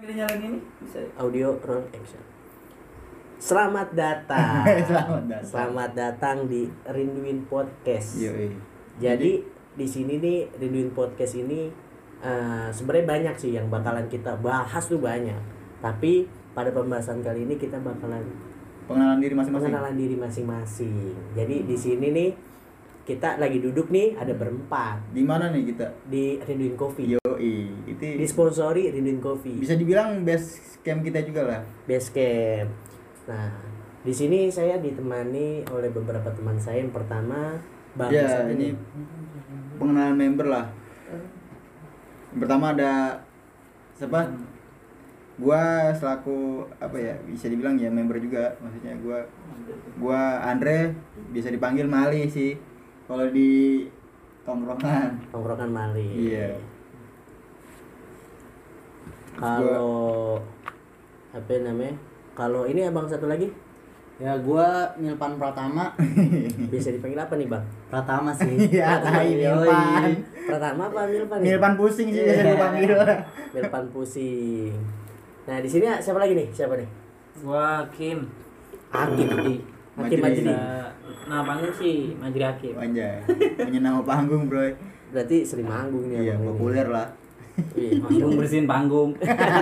Ini nyalain ini bisa. Audio roll action. Selamat datang. Selamat datang di Rinduin Podcast. Yoi. Jadi di sini nih Rinduin Podcast ini sebenarnya banyak sih yang bakalan kita bahas tuh banyak. Tapi pada pembahasan kali ini kita bakalan pengenalan diri masing-masing. Jadi di sini nih kita lagi duduk nih ada berempat. Di mana nih kita? Di Rinduin Coffee. Yoi. Itu disponsori Rinduin Coffee. bisa dibilang base camp kita juga lah. Base camp. Nah, di sini saya ditemani oleh beberapa teman saya. Yang pertama, Bang. Ya, ini pengenalan member lah. Yang pertama ada siapa? Gua selaku apa ya? Bisa dibilang ya member juga. Maksudnya gua Andre, bisa dipanggil Mali sih. Kalau di tongkrongan Mali. Iya. Kalau apa namanya? Kalau ini abang satu lagi? Ya gua Milpan Pratama. Bisa dipanggil apa nih, Bang? Pratama sih. Iya, Milpan. Pertama apa Milpan? Milpan pusing sih biasa dipanggil. Milpan pusing. Nah, di sini siapa lagi nih? Siapa nih? Gua Hakim. Hakim Majri. Majri. Nah, panggil sih Majri Hakim. Anjay. Punya nama panggung, Bro. Berarti sering manggung nih Iya, abang ini. populer lah. Iya. Manggung bersihin panggung.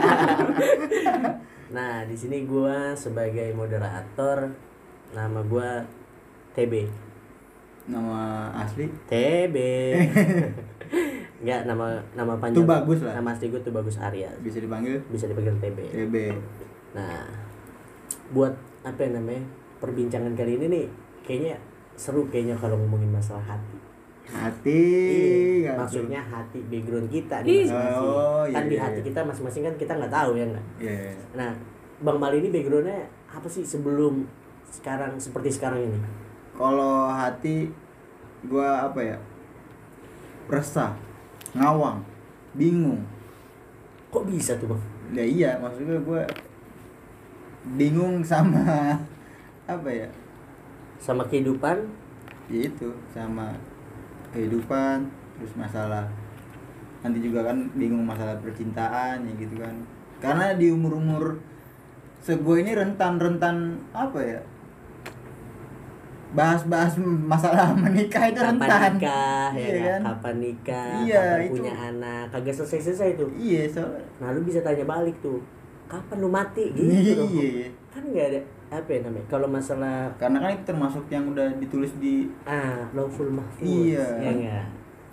Nah, di sini gua sebagai moderator, nama gua TB. Nama asli TB. Enggak, nama panjang. Tuh bagus lah. Nama asli gua tuh Bagus Arya. bisa dipanggil Bisa dipanggil TB. TB. Nah, buat apa namanya? Perbincangan kali ini nih kayaknya seru kayaknya kalau ngomongin masalah hati. Hati. Iya, maksudnya hati background kita nih masing-masing. Oh, iya, Kan di iya. hati kita masing-masing kan kita nggak tahu ya nggak. Iya. Nah, Bang Mali ini backgroundnya apa sih sebelum sekarang seperti sekarang ini? Kalau hati gua apa ya? Resah, ngawang, bingung. Kok bisa tuh, Bang? Ya iya, maksudnya gua bingung sama apa ya? Sama kehidupan? Ya itu, sama kehidupan, terus masalah nanti juga kan bingung masalah percintaan ya gitu kan. Karena di umur-umur segue ini rentan apa ya? Bahas-bahas masalah menikah itu rentan. Kapan nikah, ya Iya nggak? kan? Kapan nikah, Iya, kapan itu. punya anak, kagak selesai tuh. Iya, soalnya Nah, lu bisa tanya balik tuh, kapan lu mati gitu dong. iya. Kan nggak ada apa ya namanya? Kalau masalah Karena kan itu termasuk yang udah ditulis di Lauhul Mahfuz. Iya. Ya nggak?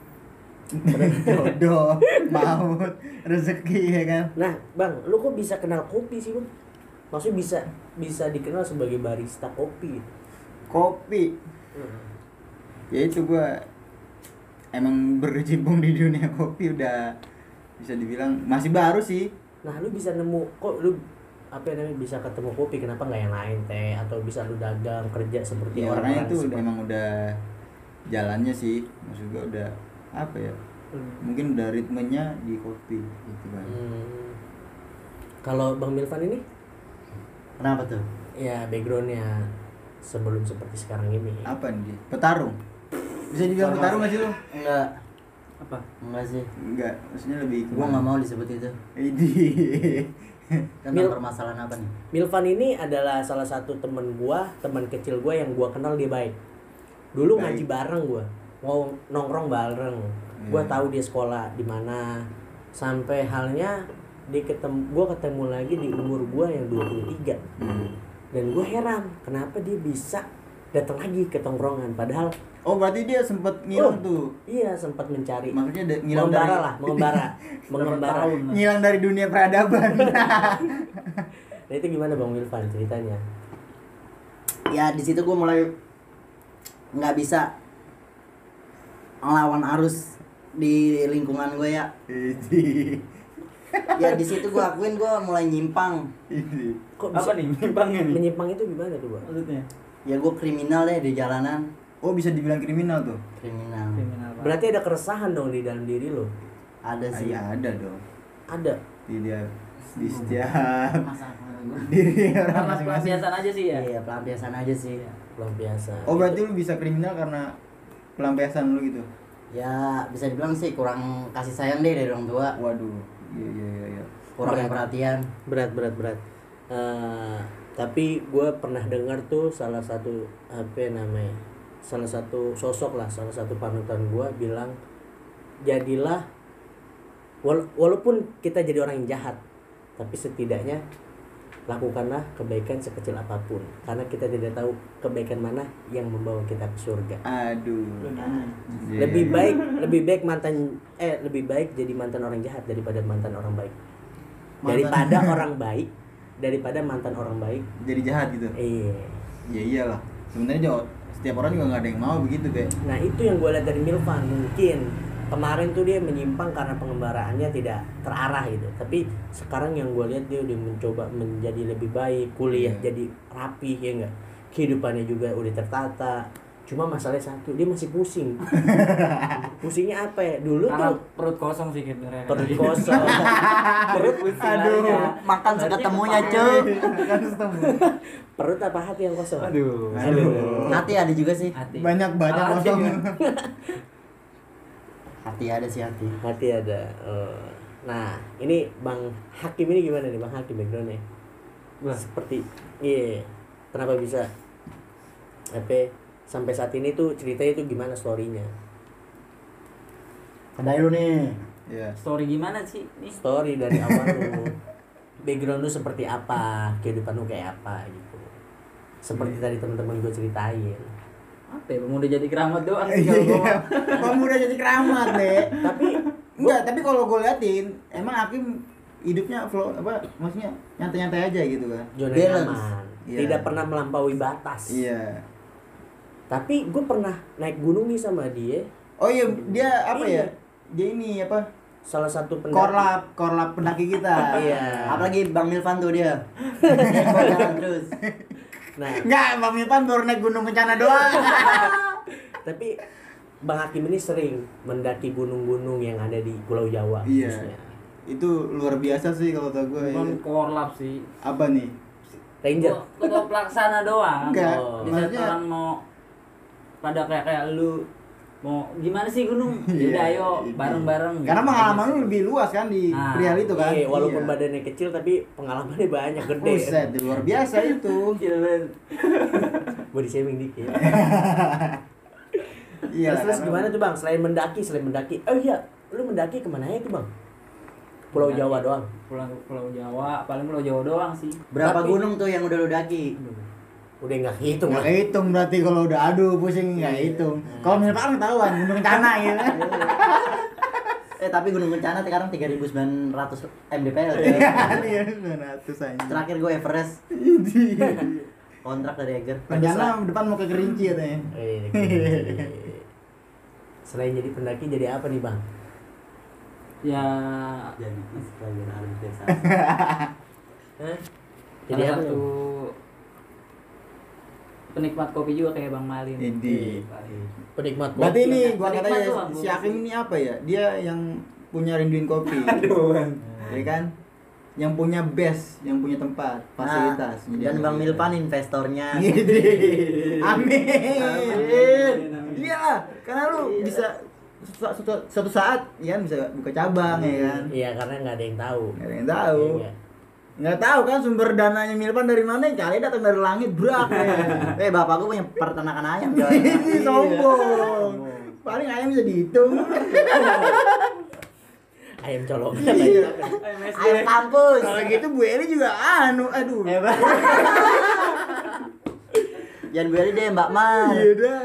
jodoh, maut, rezeki ya kan. Nah, Bang, lu kok bisa kenal kopi sih, Bang? Maksudnya bisa dikenal sebagai barista kopi. Kopi. Ya itu gua emang berkecimpung di dunia kopi udah bisa dibilang masih baru sih. Nah, lu bisa nemu kok lu apa namanya bisa ketemu kopi, kenapa nggak yang lain teh, atau bisa lu dagang kerja seperti Ya, orang-orang orangnya itu seperti- emang udah jalannya sih. Maksud gua udah apa ya? Mungkin udah ritmenya di kopi gitu kan. Kalau Bang Milvan ini Kenapa tuh? ya backgroundnya sebelum seperti sekarang ini. Apa nih? Petarung. Bisa dibilang petarung nggak sih lo? Enggak. Apa? Enggak sih. Enggak, maksudnya lebih Gua enggak mau disebut itu. Idi. Tentang permasalahan apa nih? Milvan ini adalah salah satu teman kecil gua yang gua kenal dia baik. Dulu Baik. ngaji bareng gua, mau nongkrong bareng. Gua Iya. tahu dia sekolah di mana. Sampai halnya gua ketemu lagi di umur gua yang 23. Dan gua heran kenapa dia bisa datang lagi ke tongkrongan padahal Oh, berarti dia sempat ngilang tuh. iya sempat mencari. Maksudnya ngilang dari mengembara. ngilang dari dunia peradaban. Nah, itu gimana Bang Milvan ceritanya? Ya di situ gua mulai nggak bisa ngelawan arus di lingkungan gue ya. Idi. Ya di situ gua akuin gua mulai nyimpang. Idi. Kok bisa Apa nih nyimpangnya nih? menyimpang itu gimana tuh, Bang? Maksudnya? Ya gua kriminal deh di jalanan. Oh, bisa dibilang kriminal tuh. Kriminal. Kriminal. Pak. Berarti ada keresahan dong di dalam diri lo. Ada sih. Iya, ada dong. Ada. Di setiap diri orang masing-masing. Pelampiasan aja sih ya. Iya, pelampiasan aja sih. Luar biasa. Oh, berarti lu bisa kriminal karena pelampiasan lu gitu. Ya bisa dibilang sih kurang kasih sayang deh dari orang tua. Waduh. Iya. kurangnya perhatian. berat. Tapi gue pernah dengar tuh salah satu sosok lah, salah satu panutan gue bilang, jadilah walaupun kita jadi orang yang jahat, tapi setidaknya lakukanlah kebaikan sekecil apapun, karena kita tidak tahu kebaikan mana yang membawa kita ke surga. Aduh. Lebih baik jadi mantan orang jahat daripada mantan orang baik. Daripada mantan orang baik jadi jahat gitu. iya. Ya iyalah. Sebenarnya setiap orang juga nggak ada yang mau begitu kayak. Nah itu yang gue lihat dari Milvan. Mungkin kemarin tuh dia menyimpang karena pengembaraannya tidak terarah gitu, tapi sekarang yang gue lihat dia udah mencoba menjadi lebih baik, kuliah jadi rapi, ya enggak, kehidupannya juga udah tertata. Cuma masalahnya satu, dia masih pusing. Pusingnya apa ya? Dulu Karena tuh perut kosong sih gitu. perut kosong. Perut pusing. Aduh. Makan seketemunya, Cuk. Perut apa hati yang kosong? Aduh. Hati ada juga sih. Hati. Banyak Hati kosong. ya. Hati ada sih hati. Hati ada. Nah, ini Bang Hakim ini gimana nih Bang Hakim backgroundnya? Wah. Seperti kenapa bisa sampai saat ini tuh ceritanya tuh gimana story-nya? Ada lu nih. Iya. Story gimana sih? Nih. Story dari awal lu. Background lu seperti apa? Kehidupan lu kayak apa gitu. Seperti tadi teman-teman gue ceritain. Apa ya? Udah jadi keramat doang sih kalau gua. Iya. Kamu udah jadi keramat deh. Tapi Tapi kalau gue liatin emang Hakim hidupnya flow apa maksudnya nyantai-nyantai aja gitu kan. zona Balance. nyaman. Iya. Tidak pernah melampaui batas. Iya. Tapi gue pernah naik gunung nih sama dia. Oh iya, dia apa Iya. ya? Dia ini apa? Salah satu pendaki. Korlap pendaki kita. Iya. Apalagi Bang Milvan tuh dia. Dia jalan terus. Nah, Enggak, Bang Milvan baru naik gunung kencana doang. tapi Bang Hakim ini sering mendaki gunung-gunung yang ada di Pulau Jawa Iya. khususnya. Itu luar biasa sih kalau tau gue. Bukan korlap sih. Apa nih? Ranger. Ketua pelaksana doang. Enggak, Oh. Di saat maksudnya orang mau pada kayak lu mau gimana sih gunung? Iya, Yaudah ayo itu. bareng-bareng. Karena pengalaman lu lebih luas kan di Nah, perihal itu kan. Iya, walaupun Iya. badannya kecil tapi pengalamannya banyak, gede. Buset, luar biasa itu. Body shaming dikit. Iya. Terus karena- gimana tuh Bang? Selain mendaki. Oh iya, lu mendaki kemana ya tuh Bang? Pulau Mendaki. Jawa doang. Pulau Jawa, paling Pulau Jawa doang sih. Berapa Tapi- gunung tuh yang udah lu daki? Udah nggak hitung Nggak lah. hitung berarti kalau udah aduh pusing nggak hitung. Kalau Milvan ketahuan gunung kencana gitu. Tapi Gunung Kencana sekarang 3.900 mdpl. Iya, 900 aja. Terakhir gue Everest. Kontrak dari Eger. Rencana depan mau ke Kerinci katanya. Selain jadi pendaki jadi apa nih Bang? Ya Jadi pelajaran alam desa. Hah? jadi Jadi apa satu tuh? penikmat kopi juga kayak Bang Malin. Ini. Penikmat Berarti kopi. ini Iya, gua penikmat katanya doang, si gua. Hakim ini apa ya? Dia yang punya rinduin kopi. Ya kan? Yang punya best, yang punya tempat, fasilitas. Dan Bang Milvan investornya. Amin. Amin. Iya, karena lu bisa suatu saat ya bisa buka cabang ya kan. Iya, karena nggak ada yang tahu. Nggak ada yang tahu. Iya. Nggak tahu kan sumber dananya Milvan dari mana? Kali datang dari langit brak. Bapak gue punya peternakan ayam. coy. Ini sombong. Paling ayam bisa dihitung. Ayam colongan Iya. Ayam kampus. Kalau gitu Bu Eli juga aduh. Hebat. Jangan gue deh Mbak Mar. Iya dah.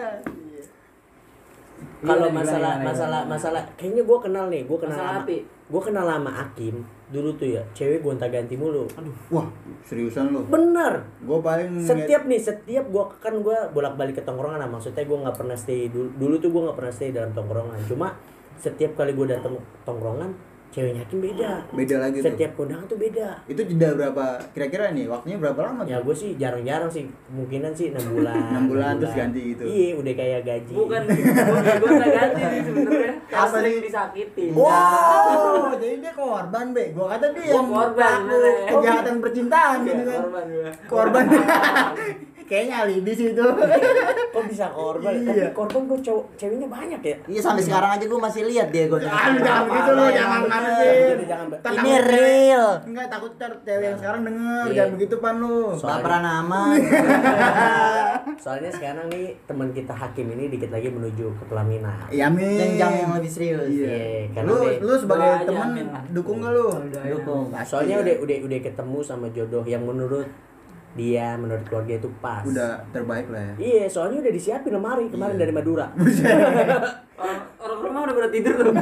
Kalau Gimana, masalah kayaknya gue kenal Masalah sama api. gue kenal sama Akim dulu tuh ya, cewek gonta-ganti mulu. Aduh, Wah, seriusan lu. bener. Gue paling Setiap gue kan gue bolak-balik ke tongkrongan, nah, maksudnya gue nggak pernah stay dulu tuh gue nggak pernah stay dalam tongkrongan. Cuma setiap kali gue datang tongkrongan, ceweknya Akim beda. beda lagi tuh. Setiap kondangan tuh beda. Itu jeda berapa kira-kira nih? Waktunya berapa lama Ya tuh? gue sih jarang-jarang sih, kemungkinan sih 6 bulan. 6 bulan terus ganti gitu. Iya, udah kayak gaji. Bukan gue nggak ganti sih sebenarnya. Apa Sering sih? disakitin. Wow, jadi dia korban, Be. Gua kata dia Gua yang korban, pelaku bener. kejahatan percintaan Iya, gitu kan. korban gua. Korban. Kayaknya alibi sih itu. Kok bisa korban? Iya. Tapi korban gue ceweknya banyak ya. Iya sampai sekarang aja gue masih lihat dia gue. Jangan gitu loh, jangan Jadi jangan Ini real. Enggak, takut ntar cewek yang sekarang denger. Iya. Jangan begitu pan lu. Baperan amat. Soalnya sekarang nih teman kita Hakim ini dikit lagi menuju ke pelaminan. Iya, amin. Jenjang yang lebih serius. Iya, karena Lu deh- lu sebagai Doa aja, teman amin lah. dukung gak lu? Dukung. Pasti. soalnya udah ketemu sama jodoh yang menurut dia, menurut keluarga itu pas. Udah terbaik lah ya. Iya, soalnya udah disiapin lemari kemarin dari Madura. Orang rumah udah pada tidur tuh.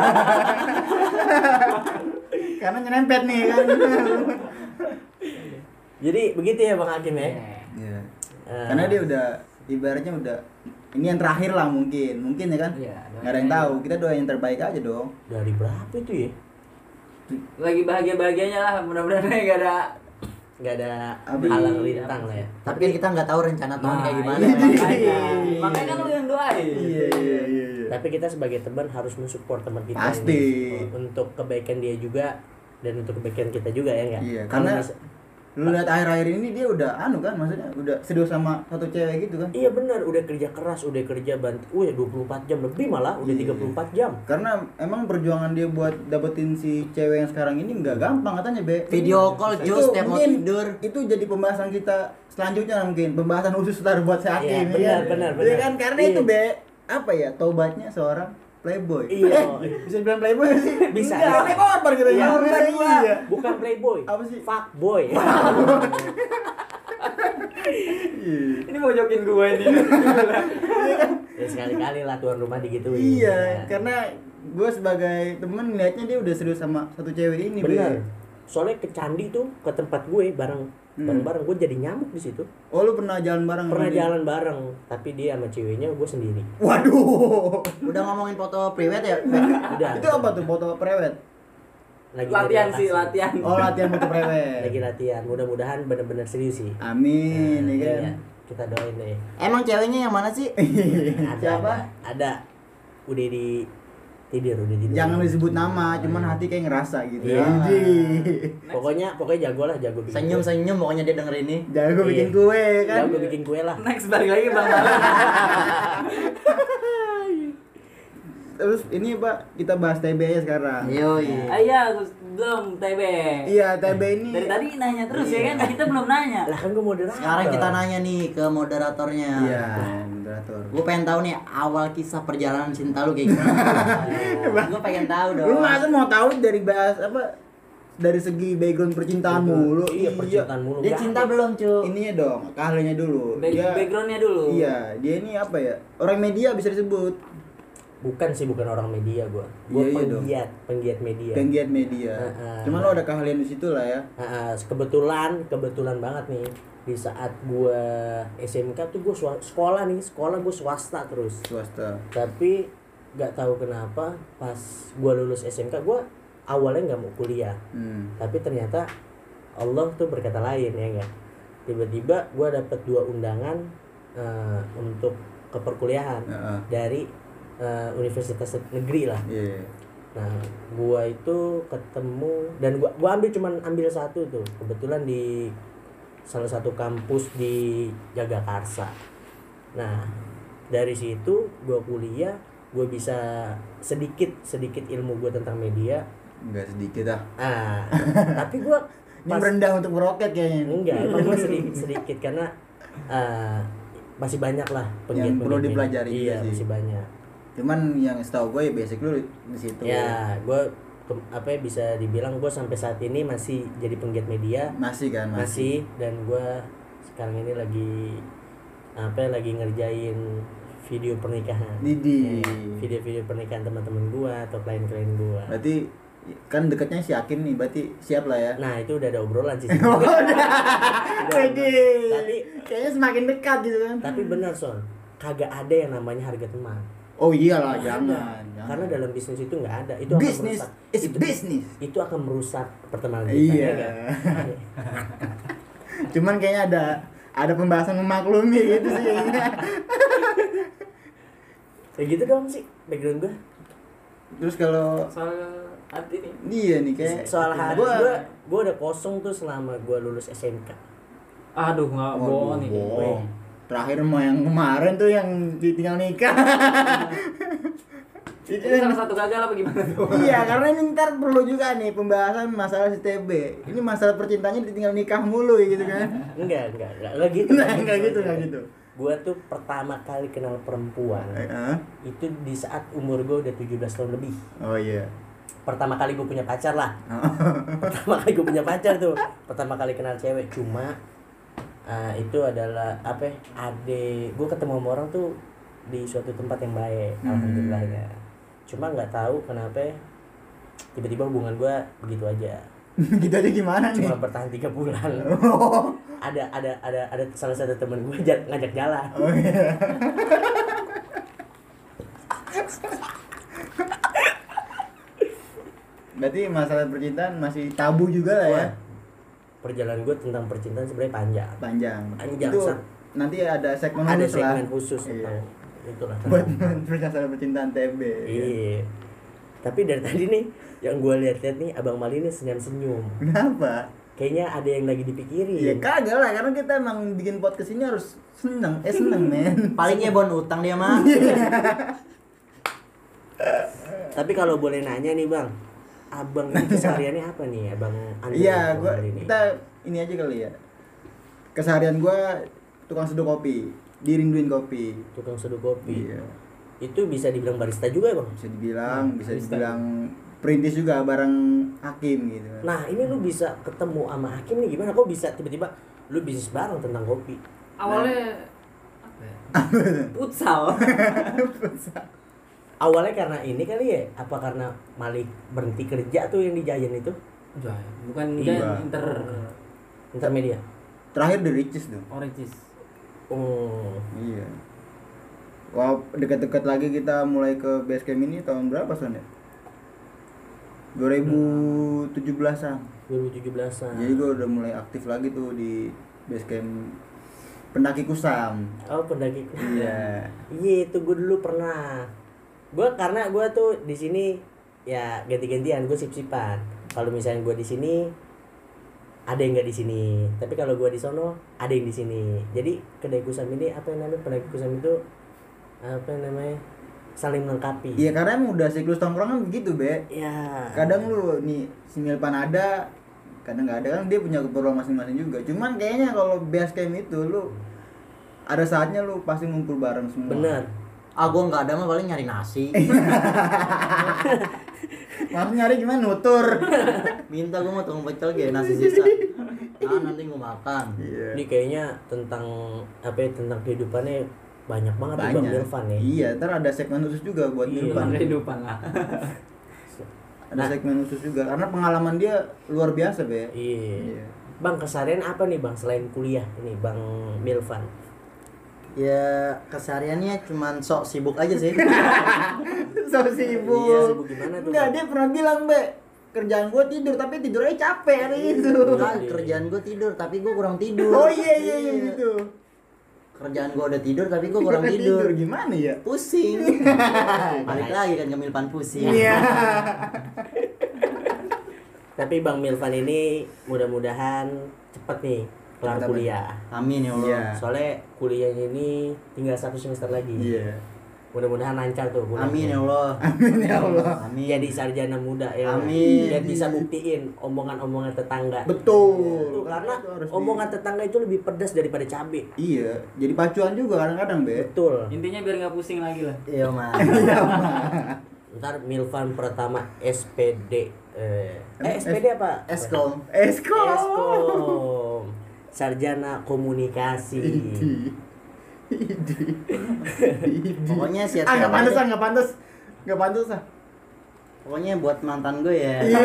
Karena nyerempet nih kan. Jadi begitu ya Bang Hakim ya. Iya. Eh, Karena dia udah ibaratnya udah ini yang terakhir lah mungkin ya kan. Iya, Nggak ada yang tahu. Kita doain yang terbaik aja dong. dari berapa itu ya? Lagi bahagia-bahagianya lah, mudah-mudahan nggak ada. Nggak ada Apa? halang rintang lah ya. Tapi kan kita nggak tahu rencana Tuhan kayak gimana. Iya, Bang. makanya kan lu yang doain. Iya. Tapi kita sebagai teman harus mensupport teman kita Pasti. ini. Untuk kebaikan dia juga dan untuk kebaikan kita juga ya enggak? Iya, Kalau karena mis- lu lihat akhir-akhir ini dia udah maksudnya udah serius sama satu cewek gitu kan. iya benar, udah kerja keras, udah kerja bantu, 24 jam lebih malah, udah Iya. 34 jam. Karena emang perjuangan dia buat dapetin si cewek yang sekarang ini nggak gampang katanya, Be. Video call Itu Jus tiap mau mungkin tidur. Itu jadi pembahasan kita selanjutnya mungkin, pembahasan khusus ntar buat si Hakim. Iya, ya. benar. Iya kan karena Iya. itu, Be, apa ya? Tobatnya seorang playboy. Iya. Bisa bilang playboy nggak sih? Bisa. Enggak, ini korban gitu. Iya, Iya. Bukan playboy. Apa sih? Fuckboy. Ini mau jokin gue ini. Ya sekali-kali lah tuan rumah digituin. Iya, karena gue sebagai temen ngeliatnya dia udah serius sama satu cewek ini, benar. Be. Soalnya ke Candi tuh ke tempat gue bareng-bareng gue jadi nyamuk di situ. Oh, lu pernah jalan bareng? Pernah sama dia? jalan bareng, tapi dia sama ceweknya, gue sendiri. Waduh. Udah ngomongin foto priwet ya? Be? Udah. Itu apa tuh foto prewed? Lagi Latihan dari sih, lokasi. latihan. Oh, latihan foto prewed. Lagi latihan. Mudah-mudahan benar-benar serius sih. Amin, ya kan? Iya, kita doain deh. Emang ceweknya yang mana sih? Ada, Siapa? Ada. Udah di tidur. Jangan disebut nama, cuman hati kayak ngerasa gitu. Iya. Anjing. Pokoknya jago lah, jago bikin. Senyum-senyum pokoknya dia denger ini. Jago Iya. bikin kue kan. Jago bikin kue lah. Next balik lagi Bang. Terus ini Pak, kita bahas TB ya sekarang. Yoi. Iya, belum TB. Iya, TB ini. Dari tadi nanya terus ya kan, kita belum nanya. Lah kan gue moderator. Sekarang kita nanya nih ke moderatornya. Iya, moderator. Gue pengen tahu nih awal kisah perjalanan cinta lu kayak gimana. Gue pengen tahu dong. Lu masa mau tahu dari bahas apa? Dari segi background percintaan mulu. Iya, percintaan mulu. Dia Nggak cinta ada. belum, Cu? Ininya dong, keahliannya dulu. Backgroundnya dulu. Iya, dia ini apa ya? Orang media bisa disebut. Bukan sih, bukan orang media gue. Gue Iya, iya dong. penggiat media. Penggiat media. Cuman lo ada keahlian di situ lah ya. Kebetulan banget nih di saat gue SMK tuh gue sekolah gue swasta terus. Swasta. Tapi nggak tahu kenapa pas gue lulus SMK gue awalnya nggak mau kuliah. Tapi ternyata Allah tuh berkata lain ya enggak. Tiba-tiba gue dapet 2 undangan untuk ke perkuliahan Heeh. dari universitas negeri lah. Iya. Nah, gua itu ketemu dan gua ambil satu tuh. Kebetulan di salah satu kampus di Jagakarsa. Nah, dari situ gua kuliah, gua bisa sedikit ilmu gua tentang media. Enggak sedikit ah. Tapi gua Ini merendah untuk meroket kayaknya. enggak, emang gua sedikit karena masih banyak lah Yang perlu media. dipelajari juga Iya, sih. masih banyak. Cuman yang setahu gue ya basic lu di situ. Ya, gue bisa dibilang gue sampai saat ini masih jadi penggiat media. Masih kan, Masih, dan gue sekarang ini lagi ngerjain video pernikahan. Didi. Ya, video-video pernikahan teman-teman gue atau klien-klien gue. Berarti kan deketnya si Hakim nih, berarti siap lah ya. Nah, itu udah ada obrolan sih. Tapi kayaknya semakin dekat gitu kan. Tapi benar Son, kagak ada yang namanya harga teman. Oh iyalah, Nggak ada. jangan. Karena dalam bisnis itu nggak ada. Itu akan Business merusak. is business. Itu akan merusak pertemanan kita. Iya. ya nggak? Cuman kayaknya ada pembahasan memaklumi gitu sih. Ya gitu dong sih background gue. Terus kalau Soal hati nih. dia nih kayak Soal hati gua gue udah kosong tuh selama gue lulus SMK. Aduh, nggak bohong nih. bohong. Terakhir mah yang kemarin tuh yang ditinggal nikah. Itu salah satu gagal apa gimana tuh? Iya, karena ini ntar perlu juga nih pembahasan masalah si TB. Ini masalah percintaannya ditinggal nikah mulu gitu kan. Enggak gitu. Enggak gitu. Gua tuh pertama kali kenal perempuan itu di saat umur gua udah 17 tahun lebih. Oh iya. Pertama kali gua punya pacar lah. Pertama kali gua punya pacar tuh. Pertama kali kenal cewek. Cuma itu adalah apa? Gua ketemu sama orang tuh di suatu tempat yang baik, alhamdulillah ya. Cuma nggak tahu kenapa tiba-tiba hubungan gua begitu aja. Gitu aja gimana nih? Cuma bertahan 3 bulan. Ada salah satu temen gue ngajak jalan. Oh iya. Berarti masalah percintaan masih tabu juga lah ya. Wah, perjalanan gue tentang percintaan sebenarnya panjang. Panjang. Panjang, Itu San. nanti ada segmen Ada khusus lah. segmen khusus Iya. tentang itulah. Buat masalah percintaan TB. Iya. Tapi dari tadi nih yang gue lihat-lihat nih Abang Mali ini senyum-senyum. Kenapa? Kayaknya ada yang lagi dipikirin. Ya kagak lah, karena kita emang bikin podcast ini harus seneng men. Palingnya bon utang dia mah. Tapi kalau boleh nanya nih Bang, Abang ini kesehariannya apa nih, Abang Andre? Iya, Abang Mali ini? kita ini aja kali ya. Keseharian gua tukang seduh kopi, dirinduin kopi. Tukang seduh kopi. Iya. Itu bisa dibilang barista juga ya Bang? Bisa dibilang, bisa barista. dibilang perintis juga bareng Hakim gitu. Nah ini lu bisa ketemu sama Hakim nih gimana? Kok bisa tiba-tiba lu bisnis bareng tentang kopi? Awalnya apa ya? Futsal. Awalnya karena ini kali ya? Apa karena Malik berhenti kerja tuh yang di Giant itu? Bukan Iya. Intermedia? Terakhir The Riches tuh. Oranges. Oh, Iya. Wah, dekat-dekat lagi kita mulai ke Basecamp ini tahun berapa Son ya? 2017-an. 2017an. Jadi gue udah mulai aktif lagi tuh di Basecamp Pendaki Kusam. Oh pendaki. Iya. Iya itu gue dulu pernah. Karena gue tuh di sini ya ganti-gantian, gue sip-sipan. Kalau misalnya gue di sini ada yang nggak di sini, tapi kalau gue di sono ada yang di sini. Jadi kedai kusam ini apa yang namanya, pendaki kusam itu apa yang namanya, saling melengkapi. Iya, karena emang udah siklus tongkrongan begitu, Be. Ya. Kadang lu nih si Milpan ada, kadang nggak ada, kan dia punya keperluan masing-masing juga. Cuman kayaknya kalau Basecamp itu lu ada saatnya lu pasti ngumpul bareng semua. Bener. Ah gua nggak ada mah paling nyari nasi. Maksudnya nyari gimana, nutur. Minta gua mau tukang pecel kayak nasi sisa. Nah nanti gua makan. Iya. Ini kayaknya tentang apa ya, tentang kehidupannya banyak banget tuh Bang Milvan ya. Iya, ntar ada segmen khusus juga buat Iya. Milvan. Kehidupan lah. Ada segmen khusus juga karena pengalaman dia luar biasa, Be. Iya. Bang keseharian apa nih Bang selain kuliah ini Bang Milvan? Ya kesehariannya cuman sok sibuk aja sih. So sibuk. Iya, sibuk gimana tuh, Enggak, Bang? dia pernah bilang, Be, kerjaan gua tidur tapi tidurnya capek hari itu. Nah, kerjaan gua tidur tapi gua kurang tidur. Oh iya gitu. Kerjaan gua udah tidur tapi gua kurang Kurang tidur. gimana ya? Pusing. Balik lagi kan ke Milpan pusing. Iya. Tapi Bang Milvan ini mudah-mudahan cepet nih kelar Cepet, kuliah. Amin ya Allah. Iya. Soalnya kuliahnya ini tinggal 1 semester lagi. Iya. Mudah-mudahan lancar tuh kuliahnya. Amin ya Allah. Amin ya Allah. Amin. Jadi sarjana muda ya. Amin. Dan bisa buktiin omongan-omongan tetangga. Betul. Tuh, karena Itu harus omongan tetangga itu lebih pedas daripada cabai. Iya, jadi pacuan juga kadang-kadang, Be. Betul. Intinya biar nggak pusing lagi lah. Iya Mas. Ntar Milvan pertama SPD. SPD apa? Eskom. Eskom. Eskom. Sarjana komunikasi. Pokoknya siap Nggak pantas, nggak pantas ah. Pokoknya buat mantan gue ya. Iya.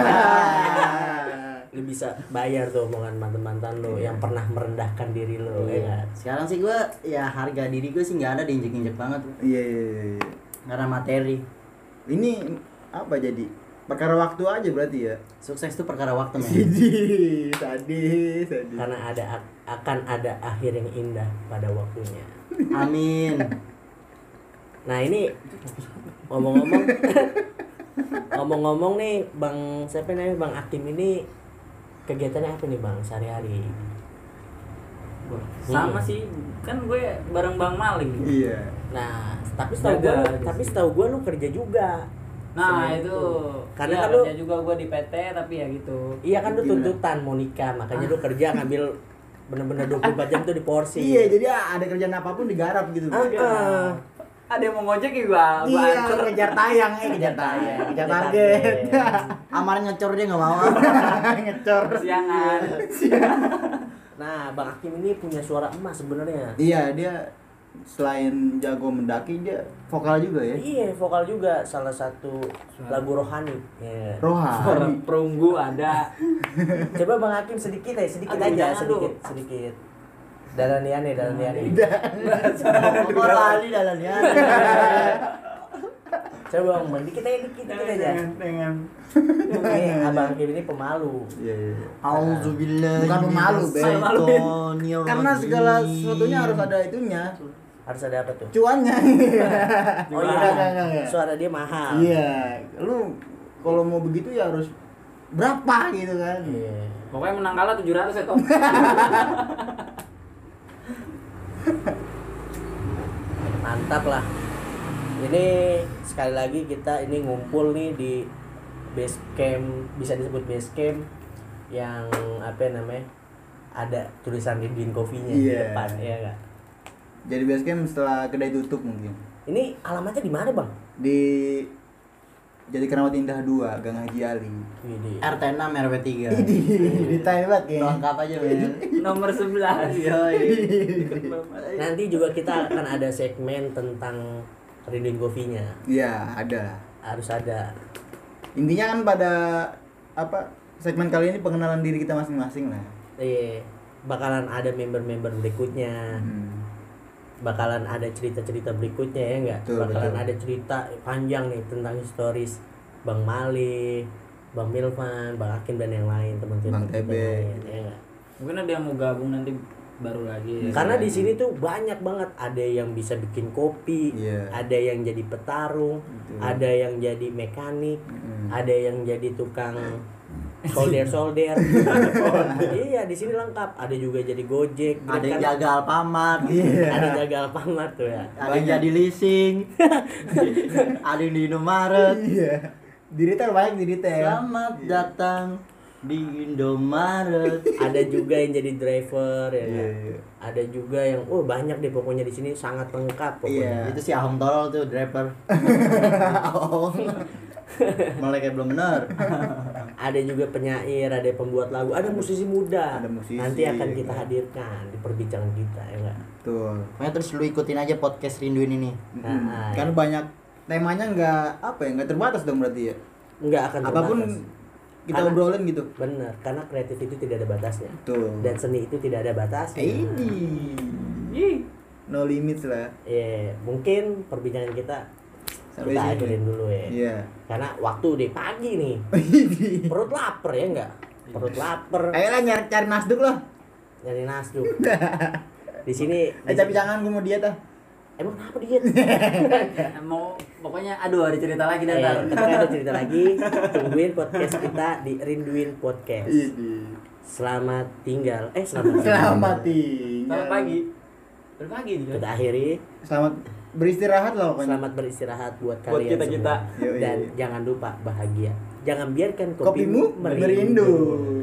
Lu bisa bayar tuh omongan mantan-mantan lo yang pernah merendahkan diri lo, ya kan? Sekarang sih gue ya harga diri gue sih nggak ada diinjek-injek banget. Iya. Karena materi. Ini apa jadi? Perkara waktu aja berarti ya. Sukses itu perkara waktu men. Sadis. Karena akan ada akhir yang indah pada waktunya. Amin. Nah ini ngomong-ngomong, ngomong-ngomong nih Bang siapa namanya Bang Hakim ini kegiatannya apa nih Bang sehari-hari? Sama sih, kan gue bareng Bang Malik. Iya. Nah, tapi Jaga, setahu gua lu kerja juga. Nah Selain itu, karena iya, kan lu kerja juga gue di PT tapi ya gitu. iya kan lu Gila. tuntutan mau nikah, makanya lu kerja ngambil bener-bener 24 jam tuh di porsi. Iya, jadi ada kerjaan apapun digarap gitu. Ada yang mau ngojek ya gua Iya, atur. ngejar tayang, kejar tayang, kejar target. Amar ngecor dia nggak mau. Ngecor. Siangan. Nah, Bang Hakim ini punya suara emas sebenarnya. Iya, dia selain jago mendaki dia vokal juga ya. Iya, vokal juga salah satu lagu rohani. Iya. Suara Rohani. perunggu ada. Coba Bang Hakim sedikit Aduh, aja, jangan lu. sedikit. Dalan liane. Kok lali dalamnya. Coba Bang, dikit aja. Dengan. Ini Abang Hakim ini pemalu. Iya. Auzubillahi. Bukan pemalu, Be. minasyaitonir Karena rajim. segala sesuatunya harus ada itunya. Harus ada apa tuh? Cuannya. Oh Enggak. suara dia mahal. Iya, lu kalau mau begitu ya harus berapa gitu kan. Iya. Pokoknya menang kalah 700 ya Tom. Mantap lah. Ini sekali lagi kita ini ngumpul nih di base camp, bisa disebut base camp yang apa namanya? Ada tulisan Rinduin Coffee-nya di Iya. depan, ya enggak? Jadi basecamp setelah kedai tutup mungkin. Ini alamatnya di mana, Bang? Di Jadi Keramat Indah 2, Gang Haji Ali. Widih. RT 6 RW 3. Di Thailand ya. Lengkap aja men. Nomor 11. Yoi. Nanti juga kita akan ada segmen tentang Rinduin Coffee-nya. Iya, ada. Harus ada. Intinya kan pada apa segmen kali ini pengenalan diri kita masing-masing lah. Bakalan ada member-member berikutnya. Bakalan ada cerita-cerita berikutnya ya enggak? Betul, Bakalan betul. ada cerita panjang nih tentang historis Bang Mali, Bang Milvan, Bang Hakim dan yang lain, teman-teman Bang kita TB. yang lain, ya enggak? Mungkin ada yang mau gabung nanti baru lagi. ya. Karena di sini tuh banyak banget, ada yang bisa bikin kopi, Iya. ada yang jadi petarung, Betul. ada yang jadi mekanik, Mm-mm. ada yang jadi tukang solder. Iya, di sini lengkap. Ada juga jadi Gojek, Ada yang Grab, jaga Alfamart. Iya. ada jaga Alfamart tuh ya. Ada yang jadi leasing. Ada yang di Indomaret. Iya. Di retail banyak di retail. Selamat datang di Indomaret. Ada juga yang jadi driver ya. Iya, kan? iya. Ada juga yang banyak deh pokoknya di sini sangat lengkap pokoknya. Iya. Itu si Ahong tolol tuh driver. Meleknya belum benar. Ada juga penyair, ada pembuat lagu, ada musisi muda. Ada musisi, Nanti akan ya kita kan? hadirkan di perbincangan kita ya enggak? Tuh. Pokoknya terus lu ikutin aja podcast Rinduin ini. Nah, Kan banyak temanya nggak terbatas dong berarti ya. Enggak akan Apapun terbatas. kita Karena- obrolin gitu. Bener, karena kreatif itu tidak ada batasnya. Tuh. Dan seni itu tidak ada batasnya. Ini. No limits lah. Mungkin perbincangan kita Sampai kita sini. akhirin dulu ya. Iya. Karena waktu di pagi nih. Perut lapar ya enggak? Perut lapar. Ayolah cari nasduk lah. Nyari nasduk. Di sini Tapi jangan gue mau diet ah. emang apa diet? Mau pokoknya aduh ada cerita lagi Kita ntar. ada cerita lagi. Tungguin podcast kita di Rinduin Podcast. Selamat tinggal. Selamat tinggal. Selamat pagi. Pagi juga. Kita akhiri. Selamat beristirahat lah pokoknya. Selamat beristirahat buat Buat kalian kita-kita. semua. Yoi. Dan jangan lupa bahagia. Jangan biarkan Kopimu merindu.